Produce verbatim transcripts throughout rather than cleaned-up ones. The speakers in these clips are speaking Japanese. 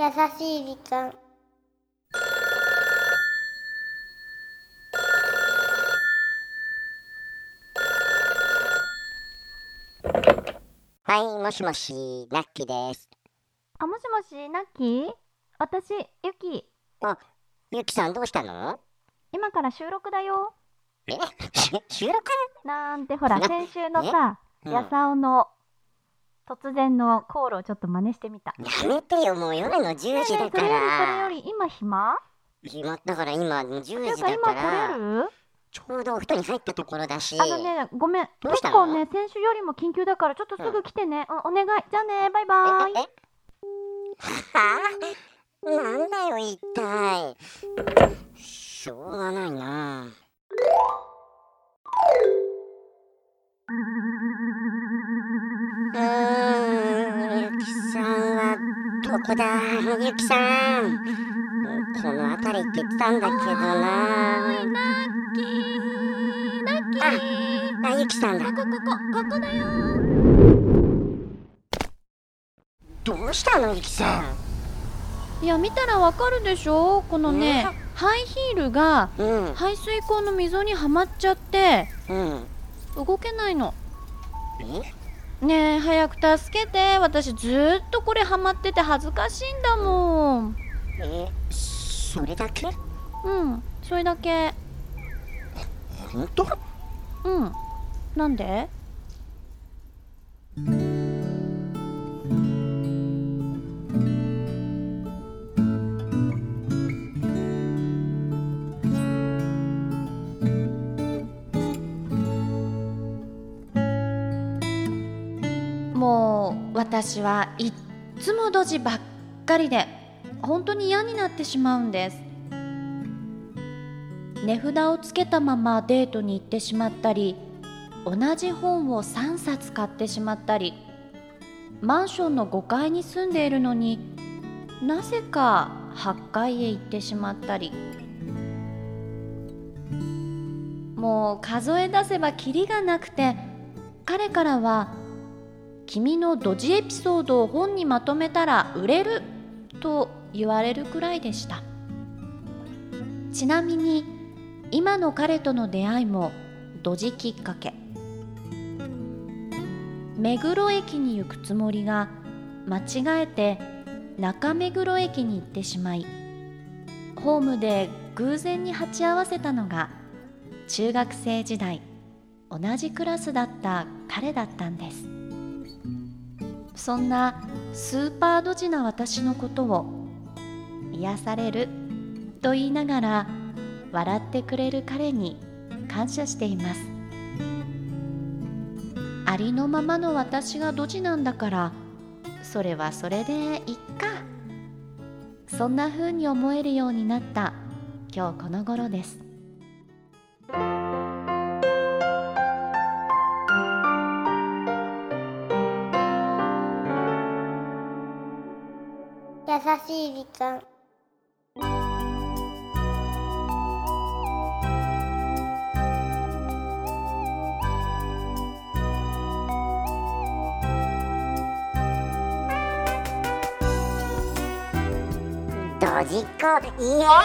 優しい時間。 はい、もしもし、ナッキーです。 あ、もしもし、ナッキー？私、ユキ。 あ、ユキさんどうしたの？ 今から収録だよ。 え収録？ なんてほら、先週のさ、やさおの突然のコールをちょっと真似してみた。 やめてよ、もう夜のじゅうじだから。 ねえねえ、それよりそれより今暇？ 暇だから今じゅうじだから。 ていうか今取れる？ ちょうどお布団に入ったところだし。 あのね、ごめん。 どうしたの？ 結構ね、先週よりも緊急だからちょっとすぐ来てね。うん、お願い。じゃあね、バイバーイ。 ええはあ？なんだよ一体。しょうがないな。うーん、ゆきさんはどこだ？ゆきさん、この辺りって言ってたんだけどな。 ナッキー、ナッキー。 あ、あ、ゆきさんだ。 ここここここだよ。 どうしたのゆきさん？いや、見たらわかるでしょ。このね、ねハイヒールが排水溝の溝にはまっちゃって、うん、動けないの。 え？ ねえ、早く助けて。私ずっとこれはまってて恥ずかしいんだもん。 え、それだけ？ うん、それだけ。 本当？ うん。なんで？もう私はいっつもドジばっかりで本当に嫌になってしまうんです。値札をつけたままデートに行ってしまったり、同じ本をさんさつ買ってしまったり、マンションのごかいに住んでいるのになぜかはっかいへ行ってしまったり、もう数え出せばキリがなくて、彼からは君のドジエピソードを本にまとめたら売れると言われるくらいでした。ちなみに今の彼との出会いもドジきっかけ。目黒駅に行くつもりが間違えて中目黒駅に行ってしまい、ホームで偶然に鉢合わせたのが中学生時代同じクラスだった彼だったんです。そんなスーパードジな私のことを癒されると言いながら笑ってくれる彼に感謝しています。ありのままの私がドジなんだから、それはそれでいっか。そんな風に思えるようになった今日この頃です。 優しい時間。 ドジっ子イエーイ。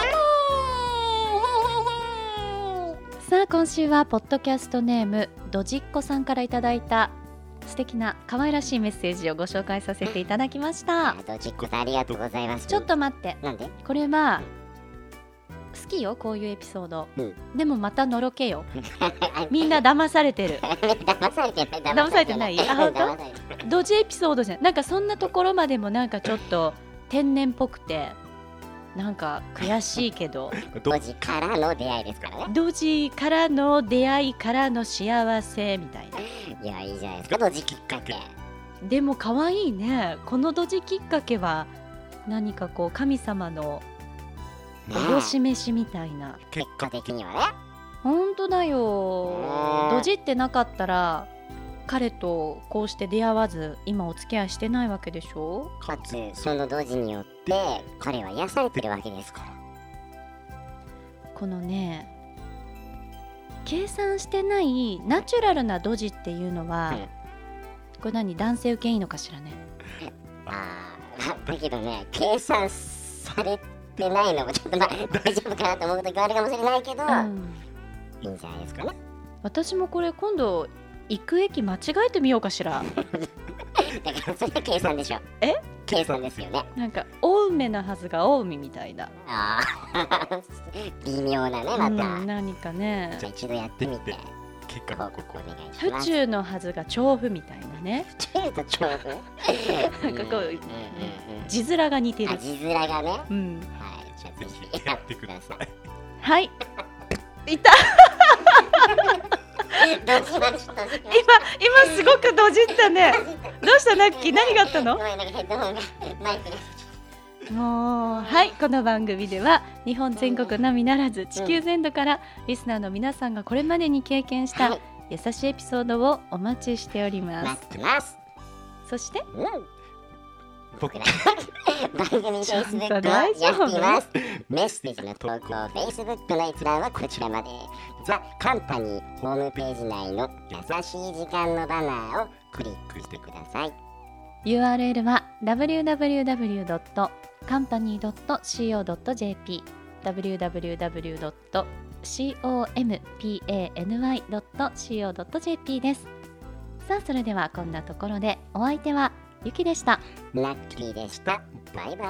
さあ今週はポッドキャストネームドジっ子さんからいただいた素敵な可愛らしいメッセージをご紹介させていただきました。 ドジっ子さんありがとうございます。 ちょっと待って。 なんで？ これは好きよ、こういうエピソード、うん、でもまたのろけよみんな騙されてる騙されてない騙されてないあ、本当？ドジエピソードじゃん。なんかそんなところまでもなんかちょっと天然っぽくてなんか悔しいけどドジからの出会いですからね。 ドジからの出会いからの幸せみたいな。 いや、いいじゃないですか、ドジきっかけ。 でも可愛いね。このドジきっかけは何かこう神様のおろし飯みたいな、 結果的にはね。 本当だよ。ドジってなかったら彼とこうして出会わず今お付き合いしてないわけでしょ。 かつそのドジによって彼は癒されてるわけですから。 このね、計算してないナチュラルなドジっていうのは、うん、これ何、男性受けいいのかしらね。 あだけどね、計算されてないのもちょっとまあ大丈夫かなと思う時もあるかもしれないけど、 うんいいんじゃないですかね。 私もこれ今度行く駅間違えてみようかしら。 だからそれは計算でしょ。 え計算ですよね。 なんか青梅なはずが青海みたいな。 ああ微妙なね、また、 うん、何かね。 じゃあ一度やってみて結果報告お願いします。 府中のはずが調布みたいなね。 府中と調布なんかこう、 うんうんうんうん、 字面が似てる。 あ、字面がね、 うん、 はい、じゃあぜひやってください。 はいいたどうしました？ 今今すごくドジったね。どうしたナッキー、何があったの？ ごめん、なんかヘッドホンがマイクがもうはい、この番組では日本全国のみならず地球全土からリスナーの皆さんがこれまでに経験した優しいエピソードをお待ちしております。 待ってます。 そして、 うん、僕ら番組 Facebook を大丈夫やっています。メッセージの投稿 Facebook の閲覧はこちらまで。ザ・カンパニーホームページ内の優しい時間のバナーをクリックしてください。 ユーアールエル は ダブリューダブリューダブリュードットカンパニードットコードットジェーピー ダブリューダブリューダブリュードットコンパニードットコードットジェーピー です。さあ、それではこんなところでお相手はゆきでした。 ラッキーでした。バイバイ。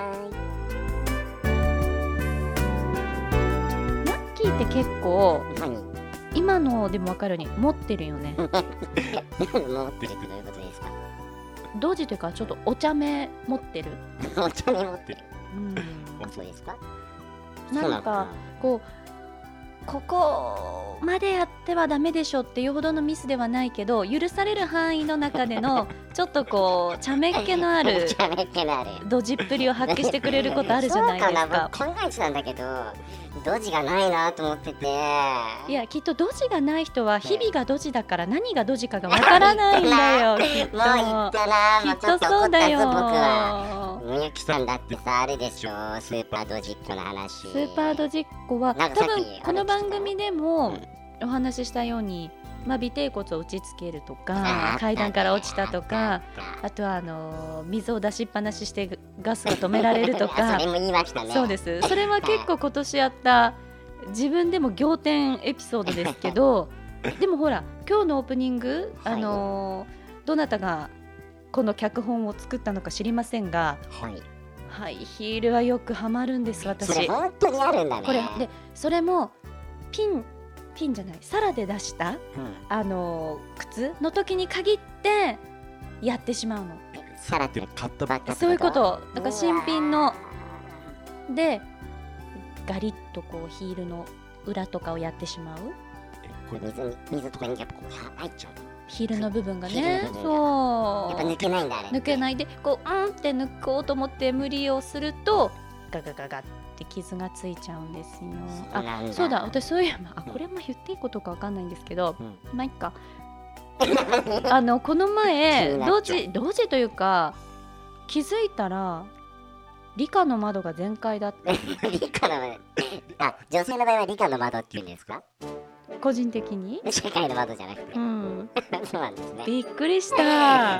ラッキーって結構何今のでも分かるように持ってるよね。 持ってるってどういうことですか？ 同時というかちょっとお茶目持ってる。 お茶に持ってる。 うん、 そうですか？ なんかこうここまでやってはダメでしょっていうほどのミスではないけど、許される範囲の中でのちょっとこう茶目っ気のある茶目っ気のあるドジっぷりを発揮してくれることあるじゃないですか。 そうかな、僕考えてたんだけどドジがないなと思ってて。 いや、きっとドジがない人は日々がドジだから何がドジかがわからないんだよ。きっともう言ったな。 きっとそうだよ。 僕はみゆきさんだってさ、あれでしょ、スーパードジっ子の話。 スーパードジっ子は多分この番組でもお話ししたように、まあ、尾てい骨を打ちつけるとか、階段から落ちたとか、あとはあの水を出しっぱなししてガスが止められるとかそれも言いましたね。 そうです。それは結構今年やった自分でも仰天エピソードですけどでもほら、今日のオープニング、あのどなたがこの脚本を作ったのか知りませんが、 はい、 ハイヒールはよくハマるんです私。 それ本当にあるんだね。 これで、それもピンピンじゃない、サラで出した、 うん、 あの靴の時に限ってやってしまうの。 サラってカットバック、 そういうこと。だから新品のでガリッとこうヒールの裏とかをやってしまう。 これ水に水とかにやっぱこう入っちゃう。 ヒールの部分がヒーね、 ルの部分がそうやっぱ抜けないんだ、あれ。 抜けないで、こううんって抜こうと思って無理をするとガガガガって傷がついちゃうんですよ。 そうなんだ。 あ、そうだ、私そういえば、あ、これも言っていいことかわかんないんですけど、 うん、 まあいっか。あのこの前同時同時というか気づいたら理科の窓が全開だった。 理科の窓、あ、女性の場合は理科の窓って言うんですか？ 個人的に社会の窓じゃなくて、 うん、 そうなんですね。 びっくりした。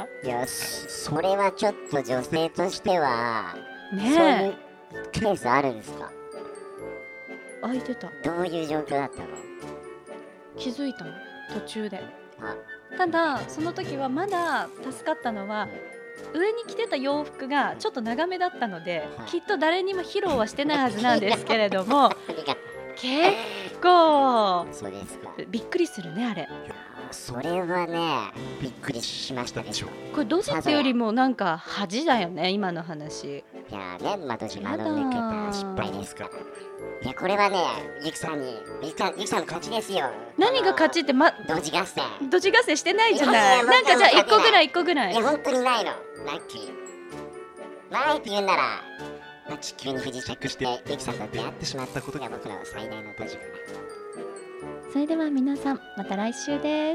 いや、それはちょっと女性としてはねえ、 そういうケースあるんですか？ 開いてた。 どういう状況だったの？ 気づいたの途中で。 あ、 ただその時はまだ助かったのは、上に着てた洋服がちょっと長めだったので、 はい、 きっと誰にも披露はしてないはずなんですけれども結構そうですか。 びっくりするね、あれ。 それはね、びっくりしましたでしょ。 これドジってよりもなんか恥だよね、今の話。 いやね、窓じ窓抜けた失敗ですから。いや、これはね、ゆきさんにゆきさん、ゆきさんの勝ちですよ。 何が勝ちって、ま、 ドジ合戦ドジ合戦してないじゃない。 いやいや、 なんかじゃあいっこぐらいいっこぐらい。 いや、本当にないの、ラッキー。ないって言うなら、まあ、地球に不時着してゆきさんと出会ってしまったことが僕の最大のドジかな。 それでは皆さん、また来週です。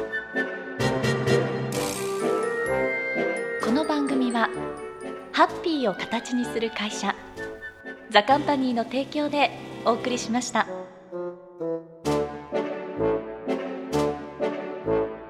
この番組はハッピーを形にする会社ザ・カンパニーの提供でお送りしました。